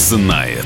знает.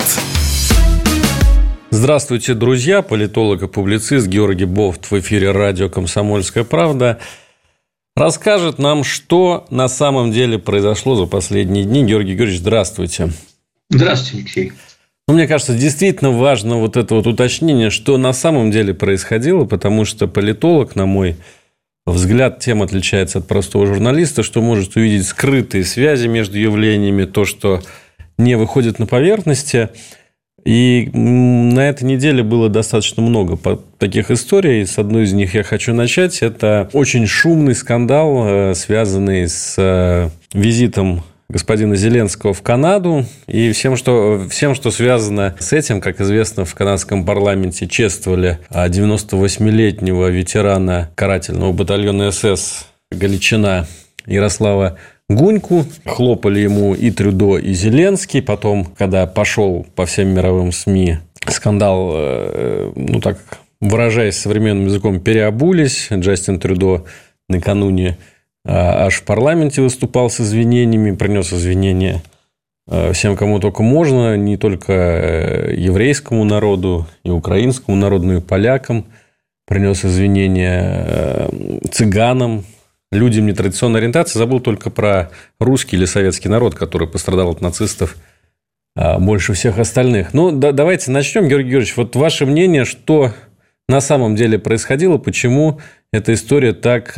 Здравствуйте, друзья. Политолог и публицист Георгий Бофт в эфире радио «Комсомольская правда» расскажет нам, что на самом деле произошло за последние дни. Георгий Георгиевич, здравствуйте. Здравствуйте, Алексей. Мне кажется, действительно важно вот это вот уточнение, что на самом деле происходило, потому что политолог, на мой взгляд, тем отличается от простого журналиста, что может увидеть скрытые связи между явлениями, то, что не выходит на поверхности. И на этой неделе было достаточно много таких историй. С одной из них я хочу начать. Это очень шумный скандал, связанный с визитом господина Зеленского в Канаду. И всем, что связано с этим, как известно, в канадском парламенте чествовали 98-летнего ветерана карательного батальона СС «Галичина» Ярослава Гуньку. Хлопали ему и Трюдо, и Зеленский. Потом, когда пошел по всем мировым СМИ скандал, так выражаясь современным языком, переобулись. Джастин Трюдо накануне аж в парламенте выступал с извинениями, принес извинения всем, кому только можно, не только еврейскому народу, и украинскому народу, но и полякам. Принес извинения цыганам, людям нетрадиционной ориентации. Забыл только про русский или советский народ, который пострадал от нацистов больше всех остальных. Давайте начнем, Георгий Георгиевич. Вот ваше мнение, что на самом деле происходило, почему эта история так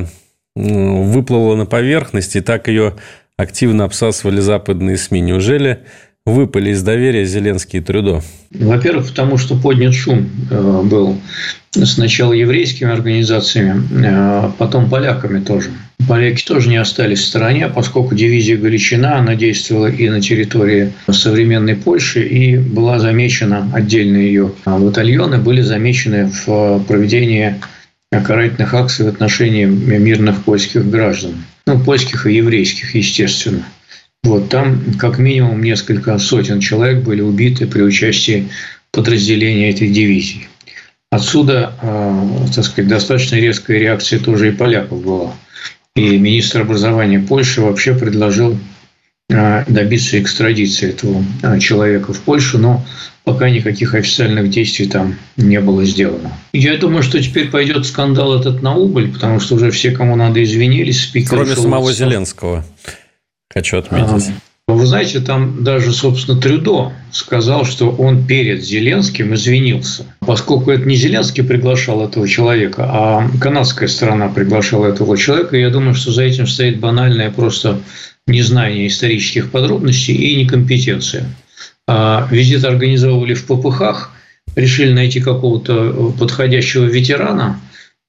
выплыла на поверхность и так ее активно обсасывали западные СМИ? Неужели выпали из доверия Зеленский и Трюдо? Во-первых, потому что поднят шум был сначала еврейскими организациями, а потом поляками тоже. Поляки тоже не остались в стороне, поскольку дивизия Галичина, она действовала и на территории современной Польши, и была замечена, отдельно ее батальоны были замечены в проведении карательных акций в отношении мирных польских граждан. Польских и еврейских, естественно. Там как минимум несколько сотен человек были убиты при участии подразделения этих дивизий. Отсюда, достаточно резкая реакция тоже и поляков была. И министр образования Польши вообще предложил добиться экстрадиции этого человека в Польшу, но пока никаких официальных действий там не было сделано. Я думаю, что теперь пойдет скандал этот на убыль, потому что уже все, кому надо, извинились. Кроме самого Зеленского, хочу отметить. Вы знаете, там даже, собственно, Трюдо сказал, что он перед Зеленским извинился. Поскольку это не Зеленский приглашал этого человека, а канадская сторона приглашала этого человека, я думаю, что за этим стоит банальное просто незнание исторических подробностей и некомпетенция. Визит организовывали в попыхах, решили найти какого-то подходящего ветерана,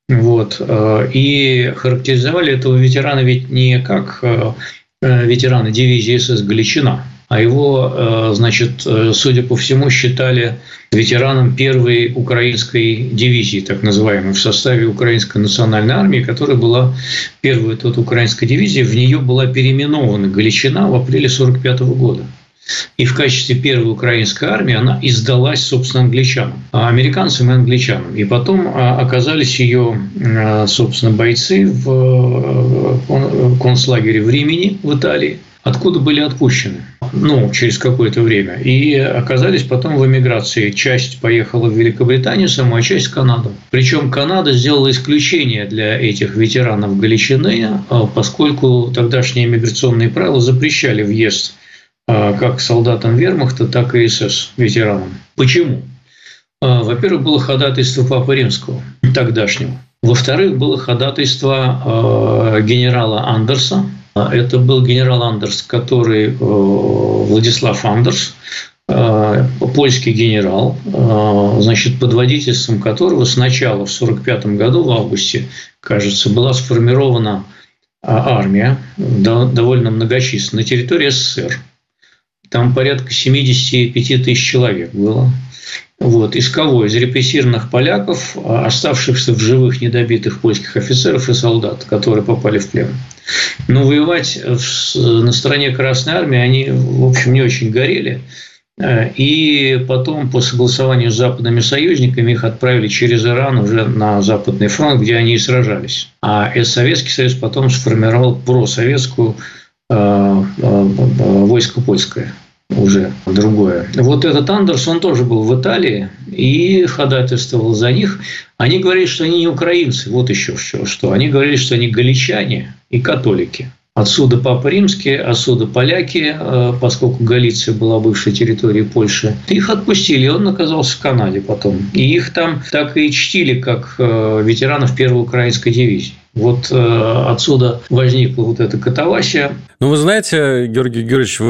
и характеризовали этого ветерана ведь не как ветерана дивизии СС «Галичина», а его, судя по всему, считали ветераном первой украинской дивизии, так называемой, в составе Украинской национальной армии, которая была первой украинской дивизией. В нее была переименована Галичина в апреле 1945 года. И в качестве первой украинской армии она и сдалась, собственно, англичанам, американцам и англичанам. И потом оказались ее, собственно, бойцы в концлагере в Римени, в Италии, откуда были отпущены, через какое-то время. И оказались потом в эмиграции. Часть поехала в Великобританию саму, а часть в Канаду. Причем Канада сделала исключение для этих ветеранов Галичины, поскольку тогдашние эмиграционные правила запрещали въезд как солдатам вермахта, так и СС ветеранам. Почему? Во-первых, было ходатайство Папы Римского тогдашнего. Во-вторых, было ходатайство генерала Андерса. Это был генерал Андерс, который Владислав Андерс, польский генерал, под водительством которого сначала в 1945 году, в августе, кажется, была сформирована армия, довольно многочисленная, на территории СССР. Там порядка 75 тысяч человек было. Из кого? Из репрессированных поляков, оставшихся в живых недобитых польских офицеров и солдат, которые попали в плен. Но воевать на стороне Красной Армии они, в общем, не очень горели. И потом, по согласованию с западными союзниками, их отправили через Иран уже на Западный фронт, где они и сражались. А Советский Союз потом сформировал просоветскую войско польское. уже другое. Вот этот Андерс, он тоже был в Италии и ходатайствовал за них. Они говорили, что они не украинцы. Вот еще что. Они говорили, что они галичане и католики. Отсюда Папа Римский, отсюда поляки, поскольку Галиция была бывшей территорией Польши. Их отпустили, и он оказался в Канаде потом. И их там так и чтили, как ветеранов первой украинской дивизии. Вот отсюда возникла вот эта катавасия. Ну, вы знаете, Георгий Георгиевич,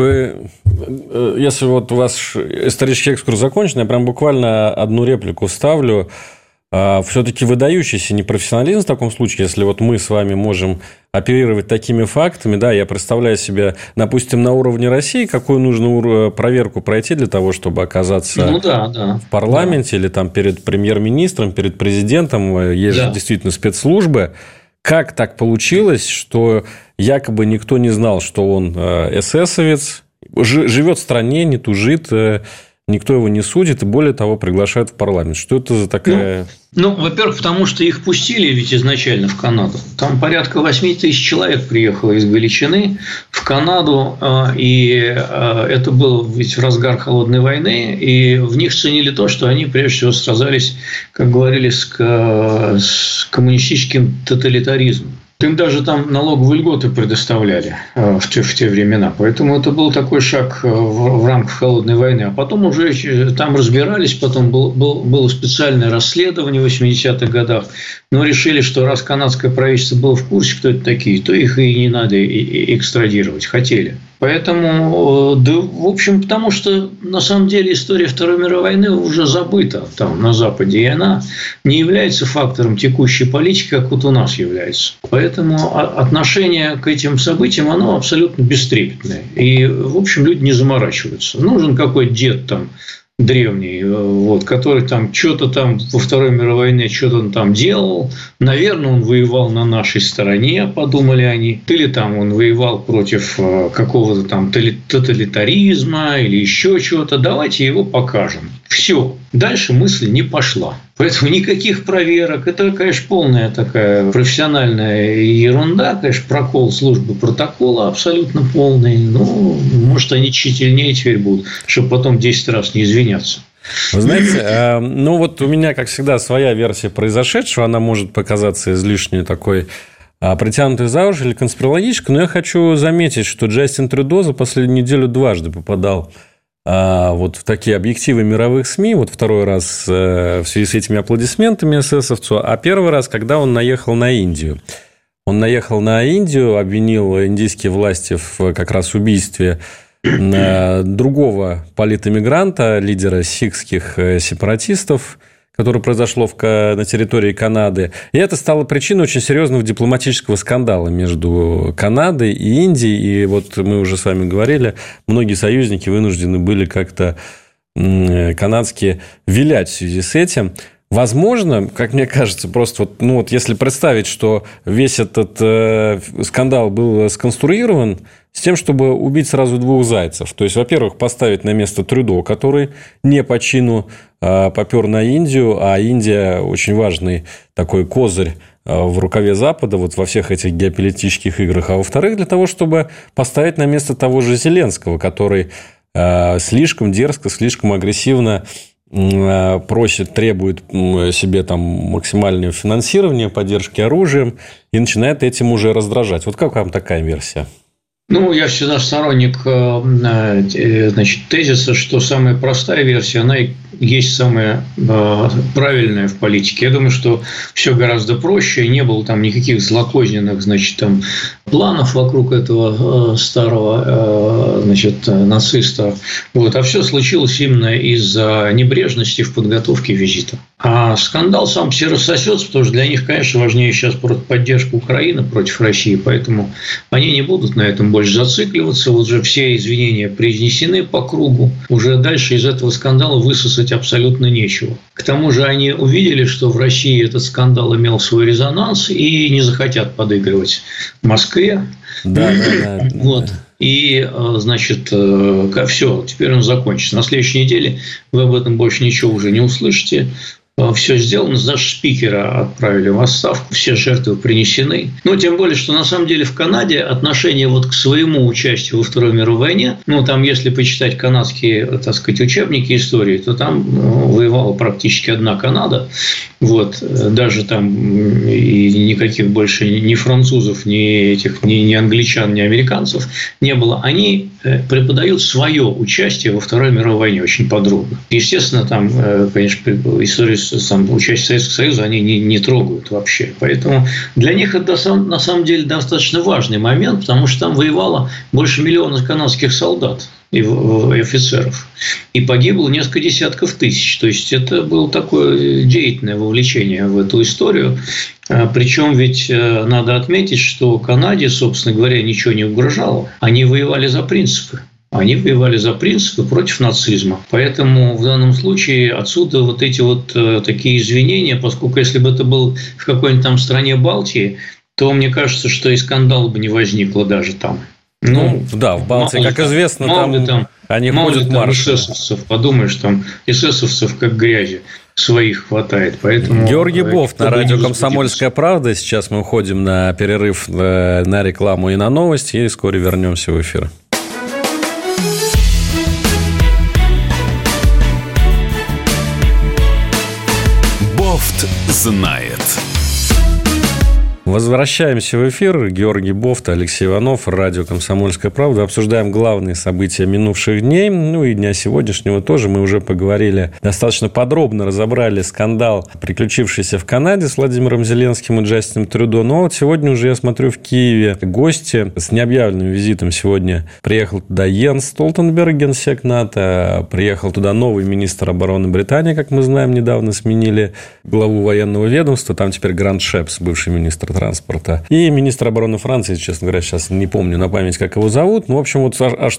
если вот у вас исторический экскурс закончен, я прям буквально одну реплику вставлю. Все-таки выдающийся непрофессионализм в таком случае, если вот мы с вами можем оперировать такими фактами, да, я представляю себе, допустим, на уровне России, какую нужно проверку пройти для того, чтобы оказаться в парламенте или там перед премьер-министром, перед президентом, есть же действительно спецслужбы. Как так получилось, что якобы никто не знал, что он эсэсовец, живет в стране, не тужит, никто его не судит, и более того, приглашают в парламент. Что это за такая... Во-первых, потому что их пустили ведь изначально в Канаду. Там порядка 8 тысяч человек приехало из Галичины в Канаду, и это было ведь в разгар холодной войны, и в них ценили то, что они прежде всего сразались, как говорили, с коммунистическим тоталитаризмом. Им даже там налоговые льготы предоставляли в те времена. Поэтому это был такой шаг в рамках холодной войны. А потом уже там разбирались, потом было специальное расследование в 80-х годах. Но решили, что раз канадское правительство было в курсе, кто это такие, то их и не надо экстрадировать. Хотели. Поэтому, в общем, потому что на самом деле история Второй мировой войны уже забыта там на Западе, и она не является фактором текущей политики, как вот у нас является. Поэтому отношение к этим событиям, оно абсолютно бестрепетное. И, в общем, люди не заморачиваются. Нужен какой-то дед там древний, который там что-то там во Второй мировой войне что-то он там делал. Наверное, он воевал на нашей стороне, подумали они. Или там он воевал против какого-то там тоталитаризма или еще чего-то. Давайте его покажем. Все. Дальше мысль не пошла. Поэтому никаких проверок. Это, конечно, полная такая профессиональная ерунда. Конечно, прокол службы протокола абсолютно полный. Может, они тщательнее теперь будут, чтобы потом 10 раз не извиняться. Вы знаете, вот у меня, как всегда, своя версия произошедшего. Она может показаться излишне такой притянутой за уши или конспирологической. Но я хочу заметить, что Джастин Трюдо за последнюю неделю дважды попадал вот в такие объективы мировых СМИ, вот второй раз в связи с этими аплодисментами эсэсовцу, а первый раз, когда он наехал на Индию. Он наехал на Индию, обвинил индийские власти в как раз убийстве другого политэмигранта, лидера сикхских сепаратистов, которое произошло на территории Канады. И это стало причиной очень серьезного дипломатического скандала между Канадой и Индией. И вот мы уже с вами говорили, многие союзники вынуждены были как-то канадские вилять в связи с этим. Возможно, как мне кажется, просто если представить, что весь этот скандал был сконструирован с тем, чтобы убить сразу двух зайцев. То есть, во-первых, поставить на место Трюдо, который не по чину попер на Индию, а Индия очень важный такой козырь в рукаве Запада вот во всех этих геополитических играх. А во-вторых, для того, чтобы поставить на место того же Зеленского, который слишком дерзко, слишком агрессивно просит, требует себе там максимальное финансирование, поддержки оружием и начинает этим уже раздражать. Вот как вам такая версия? Я всегда сторонник тезиса, что самая простая версия, она и есть самая правильная в политике. Я думаю, что все гораздо проще. Не было там никаких злокозненных, планов вокруг этого старого, нациста. А все случилось именно из-за небрежности в подготовке визита. А скандал сам все рассосется, потому что для них, конечно, важнее сейчас поддержка Украины против России, поэтому они не будут на этом больше зацикливаться. Уже все извинения произнесены по кругу. Уже дальше из этого скандала высосать абсолютно нечего. К тому же они увидели, что в России этот скандал имел свой резонанс и не захотят подыгрывать Москве. Да. И, все, теперь он закончится. На следующей неделе вы об этом больше ничего уже не услышите. все сделано, даже спикера отправили в отставку, все жертвы принесены. Но тем более, что на самом деле в Канаде отношение вот к своему участию во Второй мировой войне, там если почитать канадские, так сказать, учебники истории, то там воевала практически одна Канада. Вот, даже там и никаких больше ни французов, ни англичан, ни американцев не было. Они преподают свое участие во Второй мировой войне очень подробно. Естественно, там, конечно, историю участия Советского Союза они не трогают вообще. Поэтому для них это на самом деле достаточно важный момент, потому что там воевало больше миллиона канадских солдат и офицеров. И погибло несколько десятков тысяч. То есть это было такое деятельное вовлечение в эту историю. Причем ведь надо отметить, что Канаде, собственно говоря, ничего не угрожало. Они воевали за принципы. Они воевали за принципы против нацизма. Поэтому в данном случае отсюда вот эти вот такие извинения, поскольку если бы это было в какой-нибудь там стране Балтии, то мне кажется, что и скандала бы не возникло даже там. Да, в Балтии, как известно, там они ходят маршем. Эсэсовцев, подумаешь, там эсэсовцев как грязи своих хватает. Поэтому Георгий Бофт на радио «Комсомольская правда». Сейчас мы уходим на перерыв на рекламу и на новости, и вскоре вернемся в эфир. Бофт знает. Возвращаемся в эфир. Георгий Бофт, Алексей Иванов, радио «Комсомольская правда». Обсуждаем главные события минувших дней, и дня сегодняшнего тоже. Мы уже поговорили, достаточно подробно разобрали скандал, приключившийся в Канаде с Владимиром Зеленским и Джастином Трюдо. Но вот сегодня уже, я смотрю, в Киеве гости с необъявленным визитом сегодня приехал туда Йенс Столтенберг, генсек НАТО, приехал туда новый министр обороны Британии, как мы знаем, недавно сменили главу военного ведомства, там теперь Грант Шепс, бывший министр транспорта. И министр обороны Франции, честно говоря, сейчас не помню на память, как его зовут. В общем, вот аж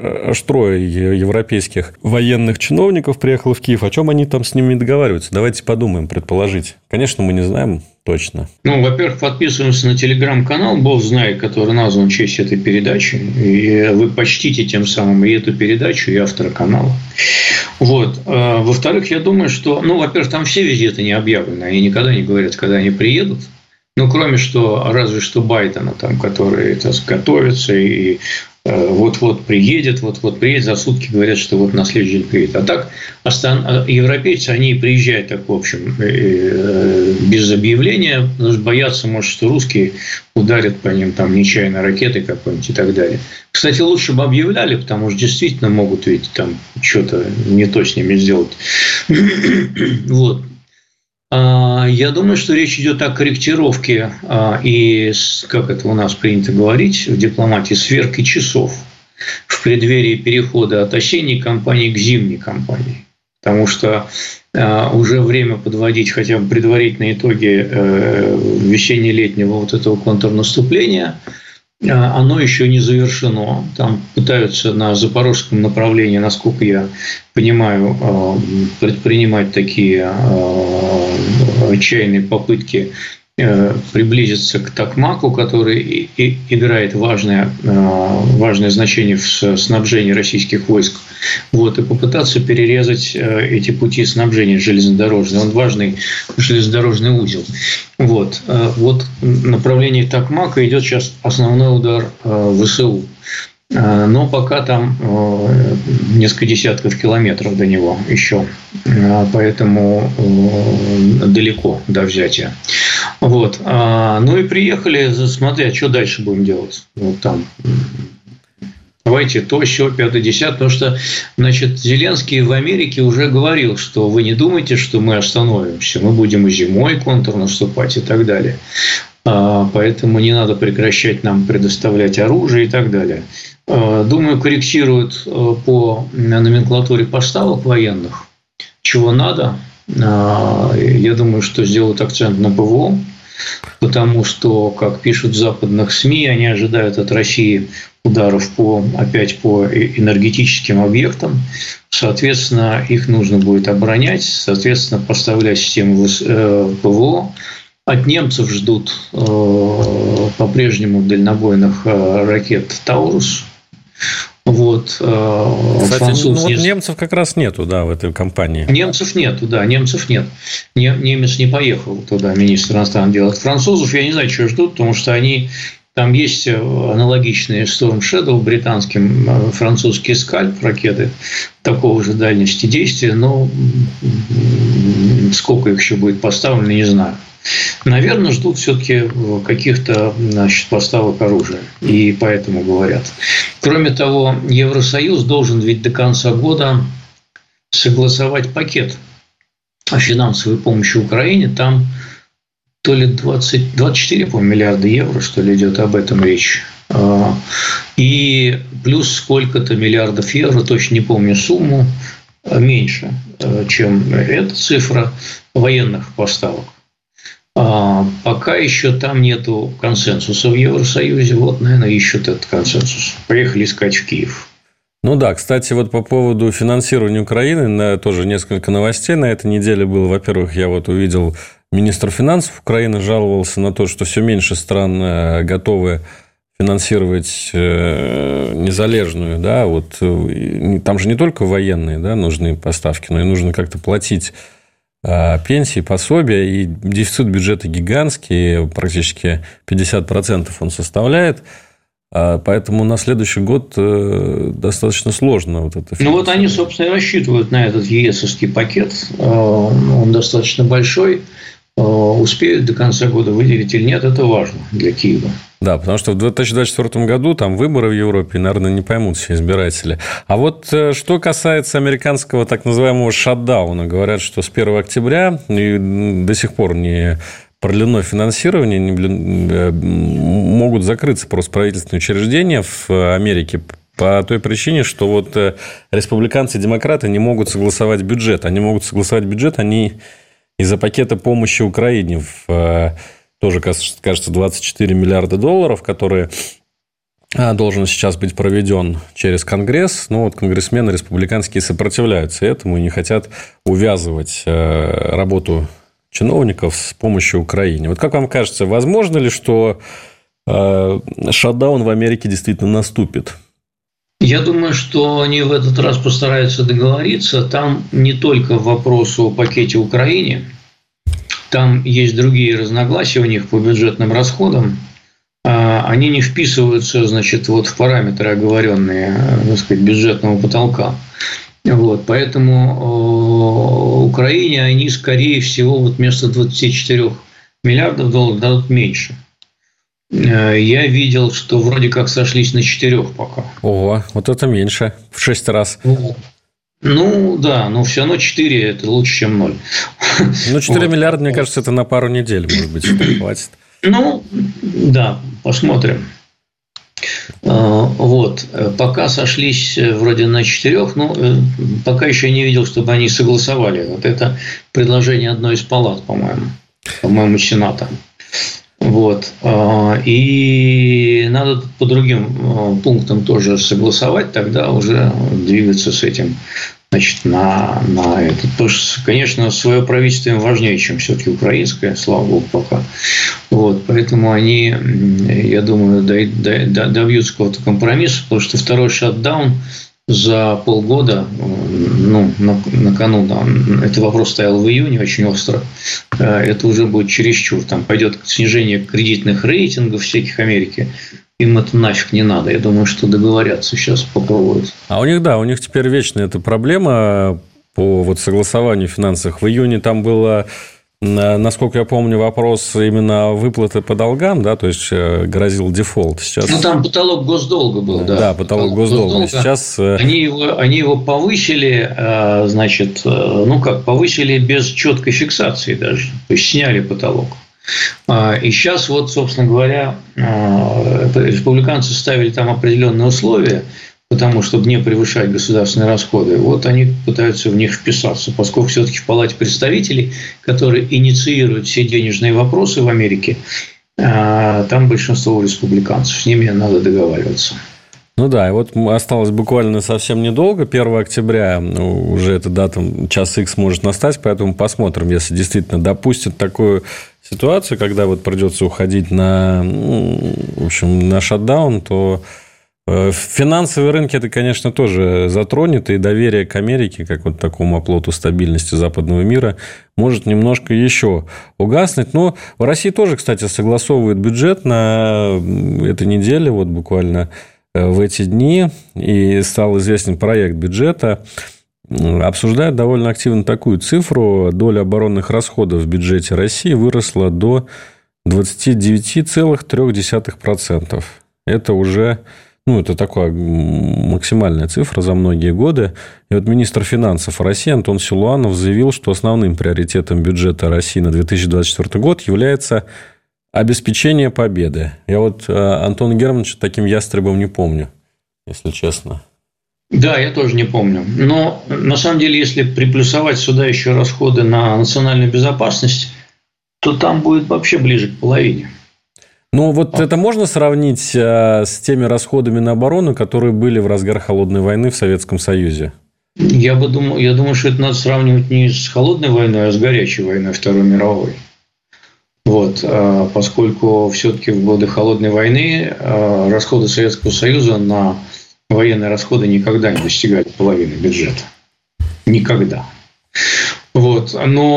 трое европейских военных чиновников приехало в Киев. О чем они там с ними договариваются? Давайте подумаем, предположить. Конечно, мы не знаем точно. Во-первых, подписываемся на телеграм-канал «Бог знает», который назван в честь этой передачи. И вы почтите тем самым и эту передачу, и автора канала. Вот. Во-вторых, я думаю, что... во-первых, там все визиты не объявлены. Они никогда не говорят, когда они приедут. Кроме что, разве что Байдена, там, который готовится и вот-вот приедет, за сутки говорят, что вот на следующий день приедет. А так, европейцы, они приезжают так, в общем, без объявления, потому что боятся, может, что русские ударят по ним там нечаянно ракетой какой-нибудь и так далее. Кстати, лучше бы объявляли, потому что действительно могут ведь там что-то не то с ними сделать. Вот. Я думаю, что речь идет о корректировке и, как это у нас принято говорить в дипломатии, сверки часов в преддверии перехода от осенней кампании к зимней кампании. Потому что уже время подводить хотя бы предварительные итоги весенне-летнего вот этого контрнаступления. Оно еще не завершено. Там пытаются на запорожском направлении, насколько я понимаю, предпринимать такие отчаянные попытки приблизиться к Токмаку, который играет важное значение в снабжении российских войск, и попытаться перерезать эти пути снабжения железнодорожные. Он важный железнодорожный узел. Вот в направлении Токмака идет сейчас основной удар ВСУ. Но пока там несколько десятков километров до него еще, поэтому далеко до взятия. И приехали, смотря, что дальше будем делать. Там. Давайте то, сё, 5-10, потому что, Зеленский в Америке уже говорил, что вы не думайте, что мы остановимся, мы будем и зимой контрнаступать и так далее. Поэтому не надо прекращать нам предоставлять оружие и так далее. Думаю, корректируют по номенклатуре поставок военных, чего надо. Я думаю, что сделают акцент на ПВО, потому что, как пишут в западных СМИ, они ожидают от России ударов опять по энергетическим объектам. Соответственно, их нужно будет оборонять, соответственно, поставлять систему ПВО. От немцев ждут по-прежнему дальнобойных ракет «Таурус». Вот, кстати, немцев как раз нету, да, в этой компании. Немцев нету, да, немцев нет. Немец не поехал туда, министр иностранных дел. От французов я не знаю, чего ждут, потому что там есть аналогичные Storm Shadow британским, французские Скальп ракеты такого же дальности действия, но сколько их еще будет поставлено, не знаю. Наверное, ждут все-таки каких-то, поставок оружия. И поэтому говорят. Кроме того, Евросоюз должен ведь до конца года согласовать пакет о финансовой помощи Украине. Там то ли 24, по-моему, миллиарда евро, что ли, идет, об этом речь. И плюс сколько-то миллиардов евро, точно не помню сумму, меньше, чем эта цифра, военных поставок. Пока еще там нету консенсуса в Евросоюзе. Вот, наверное, ищут этот консенсус. Поехали искать в Киев. Ну да, кстати, вот по поводу финансирования Украины, тоже несколько новостей на этой неделе было. Во-первых, я вот увидел, министр финансов Украины жаловался на то, что все меньше стран готовы финансировать незалежную, да, вот там же не только военные, да, нужны поставки, но и нужно как-то платить пенсии, пособия, и дефицит бюджета гигантский, практически 50% он составляет, поэтому на следующий год достаточно сложно вот это. Ну, вот они, собственно, и рассчитывают на этот ЕСовский пакет, он достаточно большой, успеют до конца года выделить или нет, это важно для Киева. Да, потому что в 2024 году там выборы в Европе, наверное, не поймут все избиратели. А вот что касается американского так называемого шатдауна, говорят, что с 1 октября и до сих пор не продлено финансирование, могут закрыться просто правительственные учреждения в Америке по той причине, что вот республиканцы и демократы не могут согласовать бюджет. Они могут согласовать бюджет, они из-за пакета помощи Украине тоже, кажется, 24 миллиарда долларов, который должен сейчас быть проведен через Конгресс. Но вот конгрессмены республиканские сопротивляются этому и не хотят увязывать работу чиновников с помощью Украине. Вот как вам кажется, возможно ли, что шатдаун в Америке действительно наступит? Я думаю, что они в этот раз постараются договориться. Там не только вопрос о пакете Украине. Там есть другие разногласия у них по бюджетным расходам. Они не вписываются, значит, вот в параметры, оговоренные, так сказать, бюджетного потолка. Вот, поэтому Украине они, скорее всего, вот вместо 24 миллиардов долларов дадут меньше. Я видел, что вроде как сошлись на 4 пока. Ого, вот это меньше, в 6 раз. Ну, да, но все равно 4 – это лучше, чем 0. Ну, 4 миллиарда, мне кажется, это на пару недель, может быть, хватит. Ну, да, посмотрим. Вот, пока сошлись вроде на 4, но пока еще не видел, чтобы они согласовали. Вот это предложение одной из палат, по-моему, Сената. Вот. И надо по другим пунктам тоже согласовать, тогда уже двигаться с этим, значит, на это. Потому что, конечно, свое правительство им важнее, чем все-таки украинское, слава богу, пока. Вот. Поэтому они, я думаю, добьются какого-то компромисса, потому что второй шатдаун за полгода, ну, на кону, да, этот вопрос стоял в июне очень остро, это уже будет чересчур. Там пойдет снижение кредитных рейтингов всяких Америки. Им это нафиг не надо. Я думаю, что договорятся сейчас, попробуют. А у них теперь вечная эта проблема по вот согласованию финансов. В июне там было, насколько я помню, вопрос именно выплаты по долгам, да, то есть грозил дефолт. Сейчас... Ну, там потолок госдолга был, да. Да, потолок госдолга. Сейчас... Они его повысили, значит, повысили без четкой фиксации даже, то есть сняли потолок. И сейчас вот, собственно говоря, республиканцы ставили там определенные условия, потому чтобы не превышать государственные расходы. Вот они пытаются в них вписаться, поскольку все-таки в Палате представителей, которые инициируют все денежные вопросы в Америке, там большинство республиканцев, с ними надо договариваться. Ну да, и вот осталось буквально совсем недолго, 1 октября, уже эта дата, час X может настать, поэтому посмотрим, если действительно допустят такую ситуацию, когда вот придется уходить на шатдаун, то Финансовые рынки это, конечно, тоже затронет, и доверие к Америке, как вот такому оплоту стабильности западного мира, может немножко еще угаснуть. Но в России тоже, кстати, согласовывают бюджет на этой неделе, вот буквально в эти дни, и стал известен проект бюджета. Обсуждают довольно активно такую цифру. Доля оборонных расходов в бюджете России выросла до 29,3%. Это уже... это такая максимальная цифра за многие годы. И вот министр финансов России Антон Силуанов заявил, что основным приоритетом бюджета России на 2024 год является обеспечение победы. Я вот Антона Германовича таким ястребом не помню, если честно. Да, я тоже не помню. Но на самом деле, если приплюсовать сюда еще расходы на национальную безопасность, то там будет вообще ближе к половине. Ну, вот это можно сравнить с теми расходами на оборону, которые были в разгар холодной войны в Советском Союзе? Я думаю, что это надо сравнивать не с холодной войной, а с горячей войной Второй мировой. Вот, поскольку все-таки в годы холодной войны расходы Советского Союза на военные расходы никогда не достигали половины бюджета. Никогда. Вот,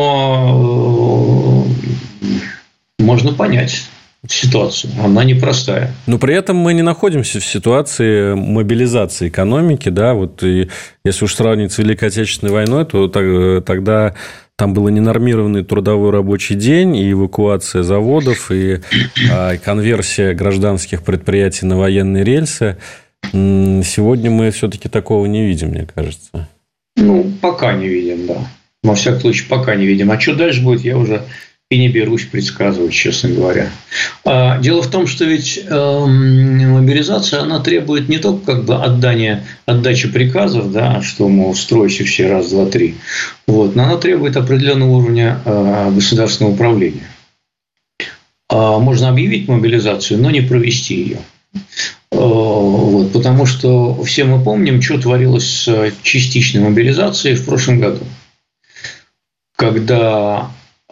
но можно понять ситуацию. Она непростая. Но при этом мы не находимся в ситуации мобилизации экономики. Да? Вот, и если уж сравнить с Великой Отечественной войной, то тогда там был ненормированный трудовой рабочий день, и эвакуация заводов, и конверсия гражданских предприятий на военные рельсы. Сегодня мы все-таки такого не видим, мне кажется. Пока не видим, да. Во всяком случае, пока не видим. А что дальше будет, я уже и не берусь предсказывать, честно говоря. Дело в том, что ведь мобилизация, она требует не только отдачи приказов, да, что, мол, стройте все раз, два, три, вот, но она требует определенного уровня государственного управления. Можно объявить мобилизацию, но не провести ее. Вот, потому что все мы помним, что творилось с частичной мобилизацией в прошлом году. Когда,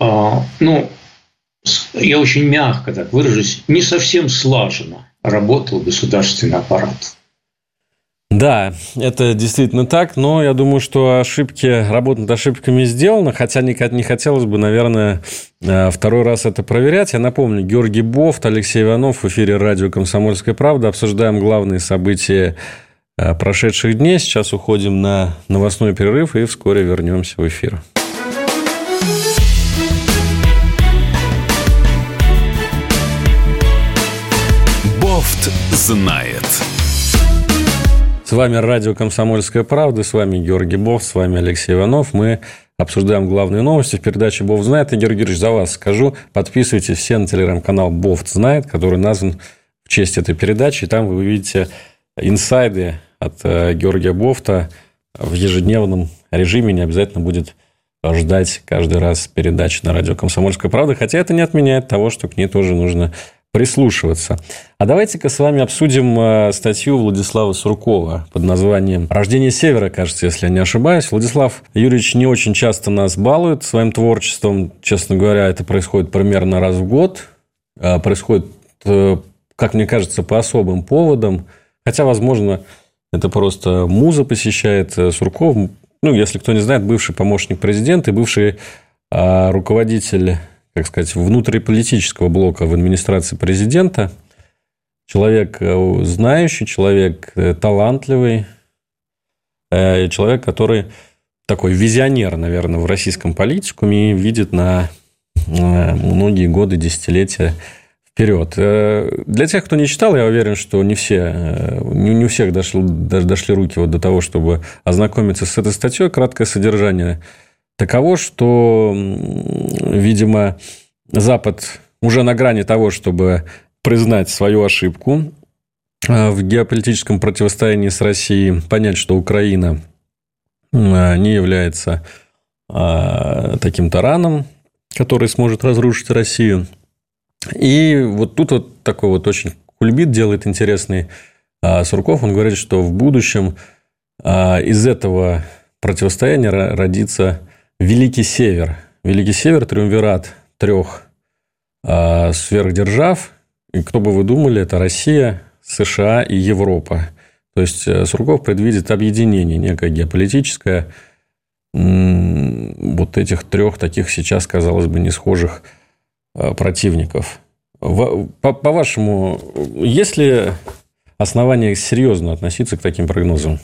я очень мягко так выражусь, не совсем слаженно работал государственный аппарат. Да, это действительно так, но я думаю, что работа над ошибками сделана, хотя не хотелось бы, наверное, второй раз это проверять. Я напомню, Георгий Бофт, Алексей Иванов в эфире радио «Комсомольская правда». Обсуждаем главные события прошедших дней. Сейчас уходим на новостной перерыв и вскоре вернемся в эфир. Бофт знает. С вами радио «Комсомольская правда», с вами Георгий Бофт, с вами Алексей Иванов. Мы обсуждаем главные новости в передаче «Бофт знает». И, Георгий Георгиевич, за вас скажу, подписывайтесь все на телеграм-канал «Бофт знает», который назван в честь этой передачи. И там вы увидите инсайды от Георгия Бофта в ежедневном режиме. Не обязательно будет ждать каждый раз передач на радио «Комсомольская правда». Хотя это не отменяет того, что к ней тоже нужно прислушиваться. А давайте-ка с вами обсудим статью Владислава Суркова под названием «Рождение Севера», кажется, если я не ошибаюсь. Владислав Юрьевич не очень часто нас балует своим творчеством. Честно говоря, это происходит примерно раз в год. Происходит, как мне кажется, по особым поводам. Хотя, возможно, это просто муза посещает Сурков. Если кто не знает, бывший помощник президента и бывший руководитель, так сказать, внутриполитического блока в администрации президента. Человек знающий, человек талантливый, человек, который такой визионер, наверное, в российском политикуме и видит на многие годы, десятилетия вперед. Для тех, кто не читал, я уверен, что не у всех дошли руки до того, чтобы ознакомиться с этой статьей. Краткое содержание таково, что, видимо, Запад уже на грани того, чтобы признать свою ошибку в геополитическом противостоянии с Россией, понять, что Украина не является таким тараном, который сможет разрушить Россию. И вот тут вот такой вот очень кульбит делает интересный Сурков. Он говорит, что в будущем из этого противостояния родится Великий Север. Великий Север – триумвират 3 сверхдержав. И кто бы вы думали, это Россия, США и Европа. То есть Сурков предвидит объединение некое геополитическое вот этих трех таких сейчас, казалось бы, не схожих противников. По-вашему, есть ли основания серьезно относиться к таким прогнозам?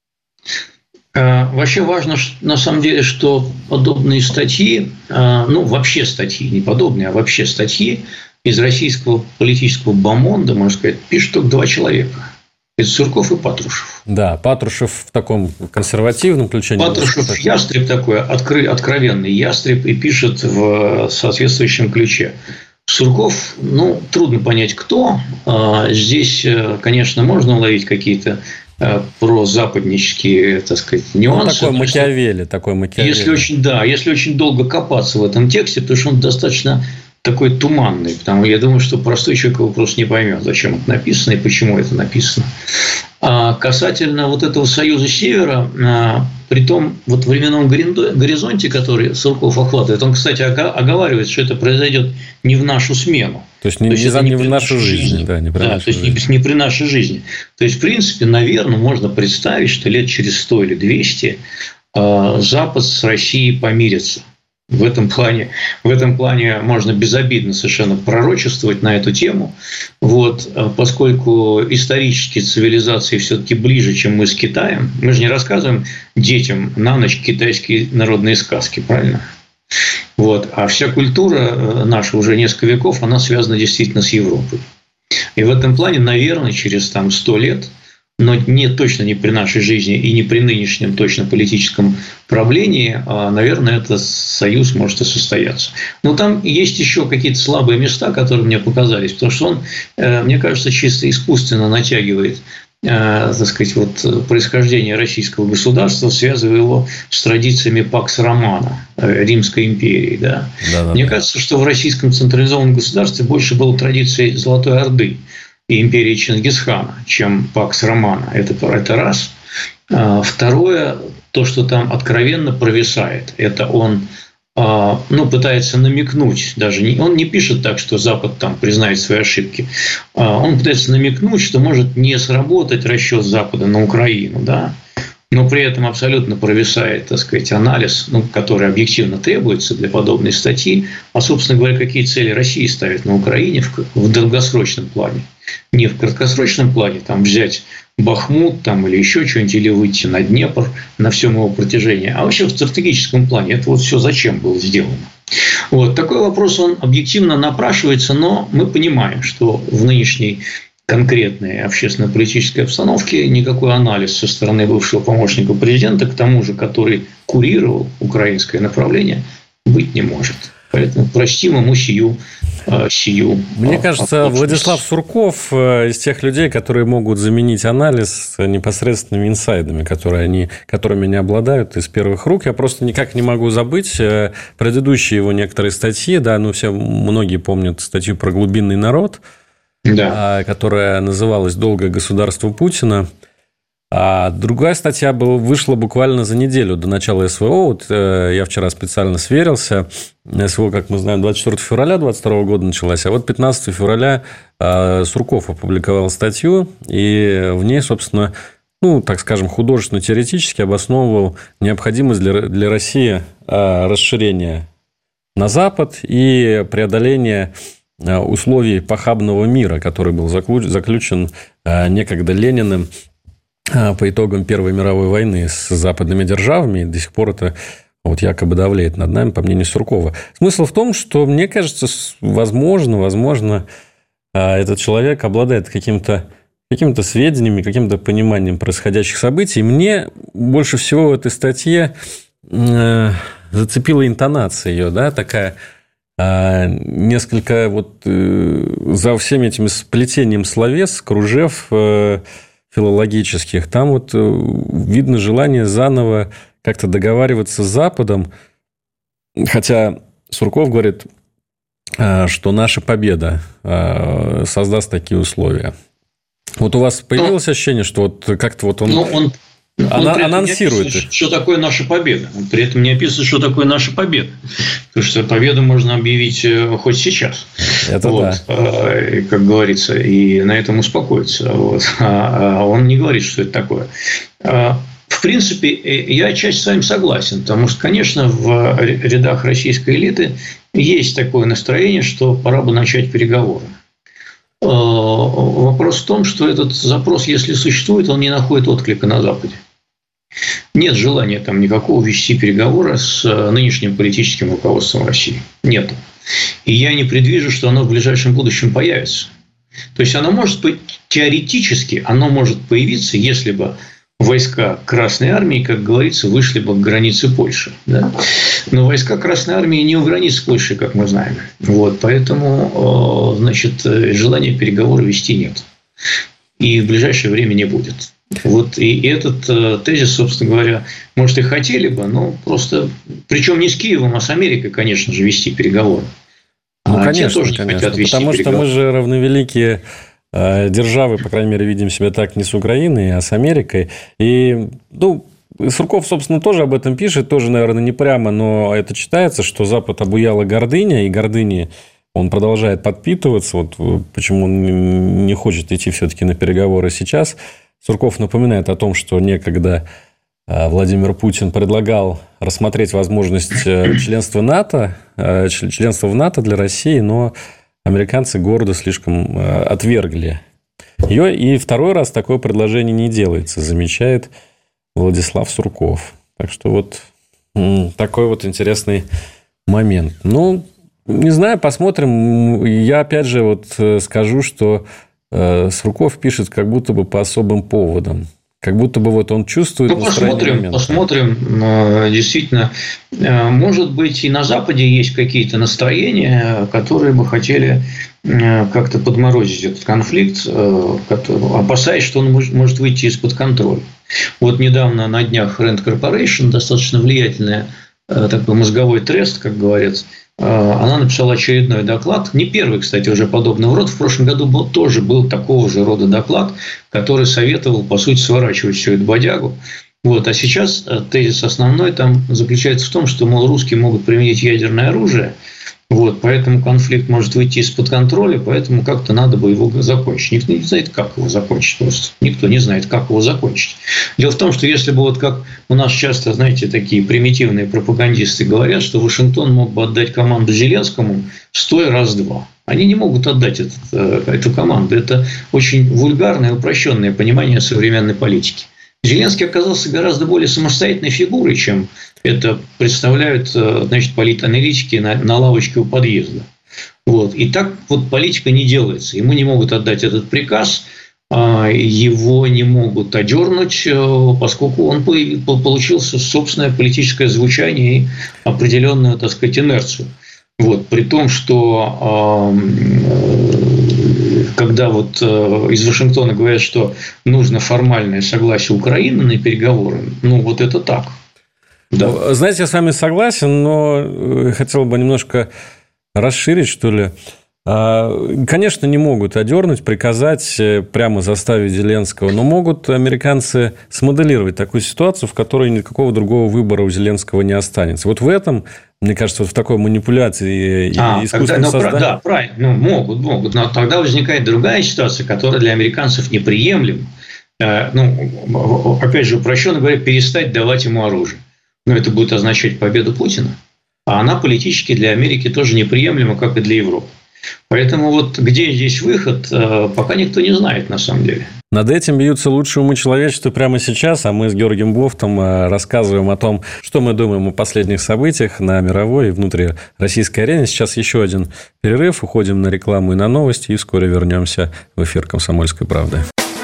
Вообще важно, на самом деле, что подобные статьи, вообще статьи, не подобные, а вообще статьи из российского политического бомонда, можно сказать, пишут только два человека. Это Сурков и Патрушев. Да, Патрушев в таком консервативном ключе. Патрушев ястреб такой, откровенный ястреб, и пишет в соответствующем ключе. Сурков, трудно понять, кто. Здесь, конечно, можно уловить какие-то прозападнические, так сказать, нюансы. Такой Макиавелли. Если очень долго копаться в этом тексте, потому что он достаточно такой туманный, потому что я думаю, что простой человек его просто не поймет, зачем это написано и почему это написано. А касательно вот этого союза Севера, при том вот временном горизонте, который Сурков охватывает, он, кстати, оговаривает, что это произойдет не в нашу смену. То есть не в нашу жизнь. То есть не при нашей жизни. То есть, в принципе, наверное, можно представить, что лет через 100 или 200 Запад с Россией помирится. В этом плане можно безобидно совершенно пророчествовать на эту тему. Поскольку исторически цивилизации все-таки ближе, чем мы с Китаем. Мы же не рассказываем детям на ночь китайские народные сказки, правильно? А вся культура наша уже несколько веков, она связана действительно с Европой. И в этом плане, наверное, через 100 лет, но точно не при нашей жизни и не при нынешнем точно политическом правлении, наверное, этот союз может и состояться. Но там есть еще какие-то слабые места, которые мне показались, потому что он, мне кажется, чисто искусственно натягивает, так сказать, происхождение российского государства, связывая его с традициями Пакс Романа, Римской империи. Да? Мне кажется, что в российском централизованном государстве больше было традиций Золотой Орды и империи Чингисхана, чем Пакс Романа. Это раз. Второе, то, что там откровенно провисает, это он пытается намекнуть, он не пишет так, что Запад там признает свои ошибки, он пытается намекнуть, что может не сработать расчет Запада на Украину, да, но при этом абсолютно провисает, так сказать, анализ, который объективно требуется для подобной статьи, а, собственно говоря, какие цели Россия ставит на Украине в долгосрочном плане. Не в краткосрочном плане, взять Бахмут или еще что-нибудь, или выйти на Днепр на всем его протяжении, а вообще в стратегическом плане. Это все зачем было сделано. Такой вопрос, он объективно напрашивается, но мы понимаем, что в нынешней конкретной общественно-политической обстановке никакой анализ со стороны бывшего помощника президента, к тому же, который курировал украинское направление, быть не может. Поэтому простим ему сию. Мне кажется, Владислав Сурков из тех людей, которые могут заменить анализ непосредственными инсайдами, которыми они обладают из первых рук. Я просто никак не могу забыть предыдущие его некоторые статьи. Многие помнят статью про глубинный народ, которая называлась «Долгое государство Путина». А другая статья вышла буквально за неделю до начала СВО. Я вчера специально сверился. СВО, как мы знаем, 24 февраля 2022 года началась. А 15 февраля Сурков опубликовал статью. И в ней, собственно, так скажем, художественно-теоретически обосновывал необходимость для России расширения на Запад и преодоления условий похабного мира, который был заключен некогда Лениным по итогам Первой мировой войны с западными державами, и до сих пор это якобы давлеет над нами, по мнению Суркова. Смысл в том, что, мне кажется, возможно, этот человек обладает какими-то сведениями, каким-то пониманием происходящих событий. Мне больше всего в этой статье зацепила интонация ее, такая несколько за всеми этими сплетением словес, кружев филологических, там видно желание заново как-то договариваться с Западом, хотя Сурков говорит, что наша победа создаст такие условия. У вас появилось ощущение, что как-то он... Она анонсирует, что такое наша победа. Он при этом не описывает, что такое наша победа. Потому что победу можно объявить хоть сейчас. Это вот, да. Как говорится, и на этом успокоиться. Вот. А он не говорит, что это такое. В принципе, я отчасти с вами согласен. Потому что, конечно, в рядах российской элиты есть такое настроение, что пора бы начать переговоры. Вопрос в том, что этот запрос, если существует, он не находит отклика на Западе. Нет желания там никакого вести переговоры с нынешним политическим руководством России. Нет. И я не предвижу, что оно в ближайшем будущем появится. То есть, оно может быть теоретически, оно может появиться, если бы войска Красной Армии, как говорится, вышли бы к границе Польши. Да? Но войска Красной Армии не у границы Польши, как мы знаем. Вот, поэтому, значит, желания переговоры вести нет. И в ближайшее время не будет. Вот, и этот тезис, собственно говоря, может, и хотели бы, но просто... Причем не с Киевом, а с Америкой, конечно же, вести переговоры. Ну, конечно, тоже конечно. Потому что мы же равновеликие державы, по крайней мере, видим себя так не с Украиной, а с Америкой. И, Сурков, собственно, тоже об этом пишет, тоже, наверное, не прямо, но это читается, что Запад обуяла гордыня, и гордыни он продолжает подпитываться. Вот почему он не хочет идти все-таки на переговоры сейчас. Сурков напоминает о том, что некогда Владимир Путин предлагал рассмотреть возможность членства в НАТО для России, но американцы гордо слишком отвергли ее. И второй раз такое предложение не делается, замечает Владислав Сурков. Так что вот такой вот интересный момент. Не знаю, посмотрим. Я опять же вот скажу, что Сурков пишет как будто бы по особым поводам. Как будто бы вот он чувствует настроение. Посмотрим. Действительно, может быть, и на Западе есть какие-то настроения, которые бы хотели как-то подморозить этот конфликт, опасаясь, что он может выйти из-под контроля. Вот недавно на днях Rand Corporation, достаточно влиятельная такой мозговой трест, как говорят, она написала очередной доклад. Не первый, кстати, уже подобного рода. В прошлом году тоже был такого же рода доклад, который советовал, по сути, сворачивать всю эту бодягу. Вот. А сейчас тезис основной там заключается в том, что, мол, русские могут применить ядерное оружие. Вот, поэтому конфликт может выйти из-под контроля, поэтому как-то надо бы его закончить. Никто не знает, как его закончить просто. Никто не знает, как его закончить. Дело в том, что если бы вот как у нас часто, знаете, такие примитивные пропагандисты говорят, что Вашингтон мог бы отдать команду Зеленскому 100 раз-2. Они не могут отдать эту команду. Это очень вульгарное и упрощенное понимание современной политики. Зеленский оказался гораздо более самостоятельной фигурой, чем это представляют, значит, политаналитики на лавочке у подъезда. Вот. И так вот политика не делается. Ему не могут отдать этот приказ, его не могут одернуть, поскольку он получил собственное политическое звучание и определенную, так сказать, инерцию. Вот. При том, что когда вот из Вашингтона говорят, что нужно формальное согласие Украины на переговоры, вот это так. Да. Знаете, я с вами согласен, но хотел бы немножко расширить, что ли. Конечно, не могут одернуть, приказать, прямо заставить Зеленского, но могут американцы смоделировать такую ситуацию, в которой никакого другого выбора у Зеленского не останется. Вот в этом, мне кажется, вот в такой манипуляции и искусственном создании... Да, правильно, могут. Но тогда возникает другая ситуация, которая для американцев неприемлема. Опять же, упрощенно говоря, перестать давать ему оружие. Но это будет означать победу Путина. А она политически для Америки тоже неприемлема, как и для Европы. Поэтому вот где здесь выход, пока никто не знает на самом деле. Над этим бьются лучшие умы человечества прямо сейчас, а мы с Георгием Бофтом рассказываем о том, что мы думаем о последних событиях на мировой и внутрироссийской арене. Сейчас еще один перерыв, уходим на рекламу и на новости, и вскоре вернемся в эфир «Комсомольской правды».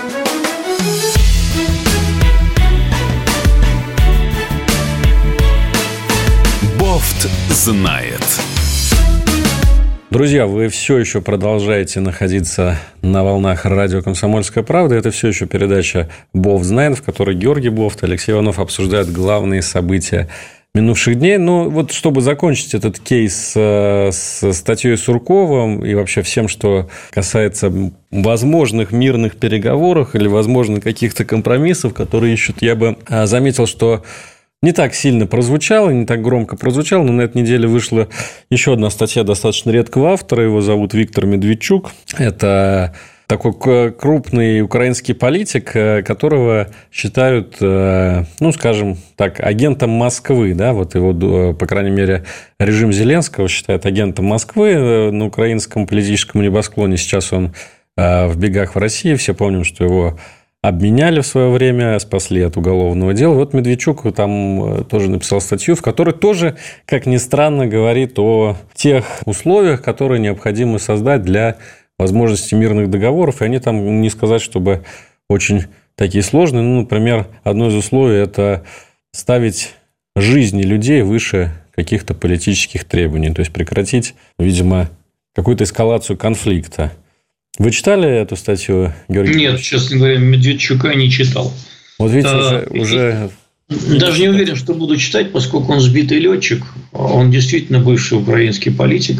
Бофт знает. Друзья, вы все еще продолжаете находиться на волнах радио «Комсомольская правда». Это все еще передача «Бофт знает», в которой Георгий Бофт и Алексей Иванов обсуждают главные события минувших дней. Но вот чтобы закончить этот кейс с статьей Суркова и вообще всем, что касается возможных мирных переговоров или, возможно, каких-то компромиссов, которые ищут, я бы заметил, что не так сильно прозвучало, не так громко прозвучало, но на этой неделе вышла еще одна статья достаточно редкого автора, его зовут Виктор Медведчук. Это такой крупный украинский политик, которого считают, скажем так, агентом Москвы. Да? Вот его, по крайней мере, режим Зеленского считает агентом Москвы на украинском политическом небосклоне. Сейчас он в бегах в России. Все помним, что его обменяли в свое время, спасли от уголовного дела. Вот Медведчук там тоже написал статью, в которой тоже, как ни странно, говорит о тех условиях, которые необходимо создать для возможности мирных договоров, и они там, не сказать, чтобы очень такие сложные. Например, одно из условий – это ставить жизни людей выше каких-то политических требований, то есть прекратить, видимо, какую-то эскалацию конфликта. Вы читали эту статью, Георгий? Нет, честно говоря, Медведчука не читал. Вот видите, уже... Даже не уверен, что буду читать, поскольку он сбитый летчик, он действительно бывший украинский политик.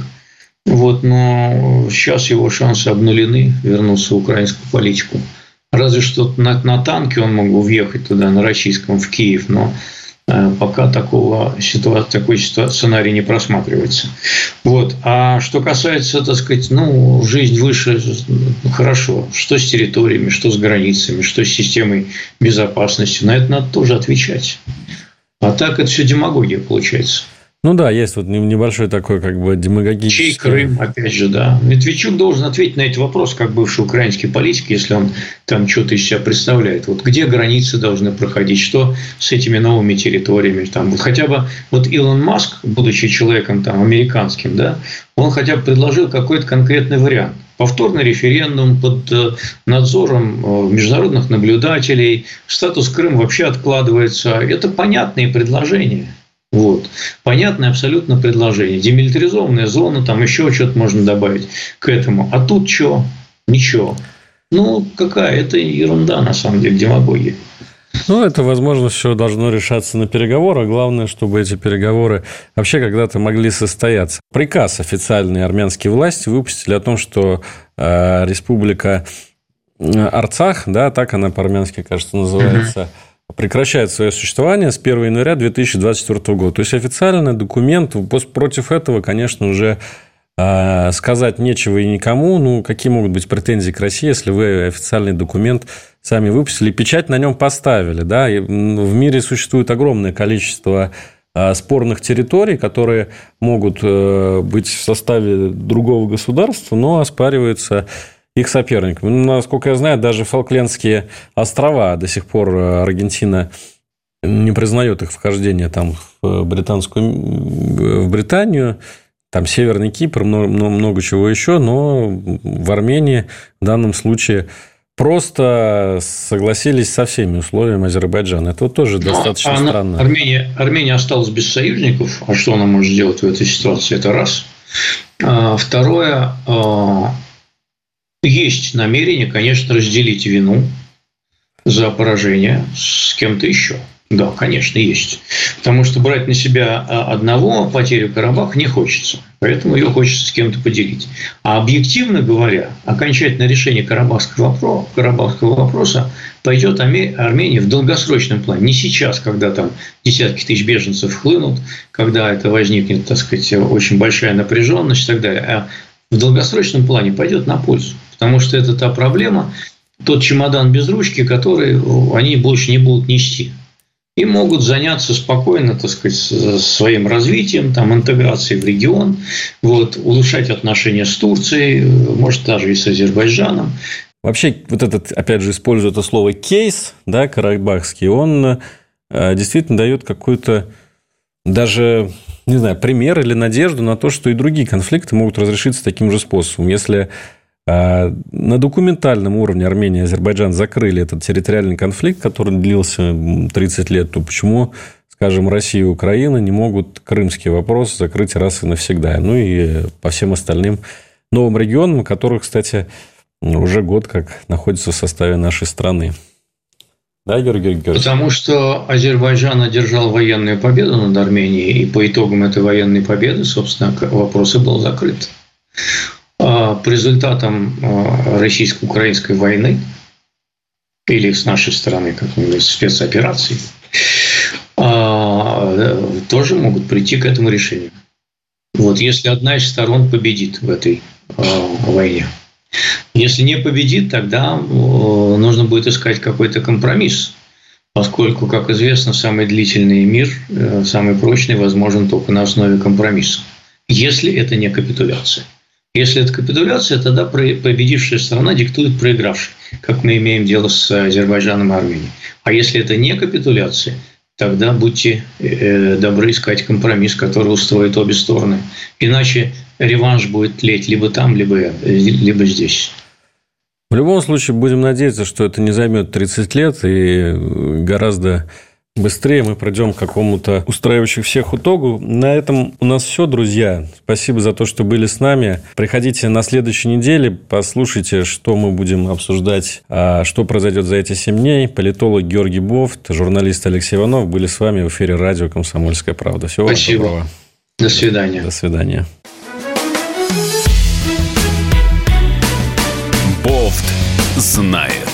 Но сейчас его шансы обнулены вернуться в украинскую политику. Разве что на танке он мог бы въехать туда, на российском, в Киев, но пока такой сценарий не просматривается. А что касается, жизнь выше, хорошо. Что с территориями, что с границами, что с системой безопасности, на это надо тоже отвечать. А так это все демагогия получается. Есть небольшой такой демагогический... Чей Крым, опять же, да. Медведчук должен ответить на эти вопросы, как бывший украинский политик, если он там что-то из себя представляет. Где границы должны проходить, что с этими новыми территориями. Хотя бы Илон Маск, будучи человеком американским, да, он хотя бы предложил какой-то конкретный вариант. Повторный референдум под надзором международных наблюдателей, статус Крыма вообще откладывается. Это понятные предложения. Понятное абсолютно предложение. Демилитаризованная зона, еще что-то можно добавить к этому. А тут что? Ничего. Какая? Это ерунда, на самом деле, демагогия. Это, возможно, все должно решаться на переговорах. Главное, чтобы эти переговоры вообще когда-то могли состояться. Приказ официальной армянские власти выпустили о том, что республика Арцах, да, так она по-армянски, кажется, называется, прекращает свое существование с 1 января 2024 года. То есть, официальный документ. Против этого, конечно, уже сказать нечего и никому. Какие могут быть претензии к России, если вы официальный документ сами выпустили, печать на нем поставили? Да? И в мире существует огромное количество спорных территорий, которые могут быть в составе другого государства, но оспариваются их соперникам. Насколько я знаю, даже Фолклендские острова до сих пор Аргентина не признает их вхождение в Британию, Северный Кипр, много чего еще, но в Армении в данном случае просто согласились со всеми условиями Азербайджана. Это тоже достаточно странно. Армения осталась без союзников. А что она может сделать в этой ситуации? Это раз. Второе. Есть намерение, конечно, разделить вину за поражение с кем-то еще. Да, конечно, есть. Потому что брать на себя одного потерю Карабаха не хочется. Поэтому ее хочется с кем-то поделить. А объективно говоря, окончательное решение карабахского вопроса пойдет Армении в долгосрочном плане. Не сейчас, когда десятки тысяч беженцев хлынут, когда это возникнет, очень большая напряженность и так далее. А в долгосрочном плане пойдет на пользу. Потому что это та проблема, тот чемодан без ручки, который они больше не будут нести. И могут заняться спокойно, своим развитием, интеграцией в регион, улучшать отношения с Турцией, может, даже и с Азербайджаном. Вообще, этот, опять же, используя это слово «кейс», да, карабахский, он действительно дает какую-то даже, не знаю, пример или надежду на то, что и другие конфликты могут разрешиться таким же способом. Если на документальном уровне Армения и Азербайджан закрыли этот территориальный конфликт, который длился 30 лет, то почему, скажем, Россия и Украина не могут крымский вопрос закрыть раз и навсегда? И по всем остальным новым регионам, которые, кстати, уже год как находятся в составе нашей страны. Да, Георгий Георгиевич? Потому что Азербайджан одержал военную победу над Арменией, и по итогам этой военной победы, собственно, вопрос и был закрыт. По результатам российско-украинской войны, или с нашей стороны, как мы говорим, спецоперации, тоже могут прийти к этому решению. Вот, если одна из сторон победит в этой войне. Если не победит, тогда нужно будет искать какой-то компромисс, поскольку, как известно, самый длительный мир, самый прочный, возможен только на основе компромисса. Если это не капитуляция. Если это капитуляция, тогда победившая сторона диктует проигравшей, как мы имеем дело с Азербайджаном и Арменией. А если это не капитуляция, тогда будьте добры искать компромисс, который устроит обе стороны. Иначе реванш будет тлеть либо там, либо здесь. В любом случае, будем надеяться, что это не займет 30 лет, и гораздо быстрее мы пройдем к какому-то устраивающему всех итогу. На этом у нас все, друзья. Спасибо за то, что были с нами. Приходите на следующей неделе, послушайте, что мы будем обсуждать, что произойдет за эти 7 дней. Политолог Георгий Бофт, журналист Алексей Иванов были с вами в эфире радио «Комсомольская правда». Всего вам доброго. До свидания. До свидания. Бофт знает.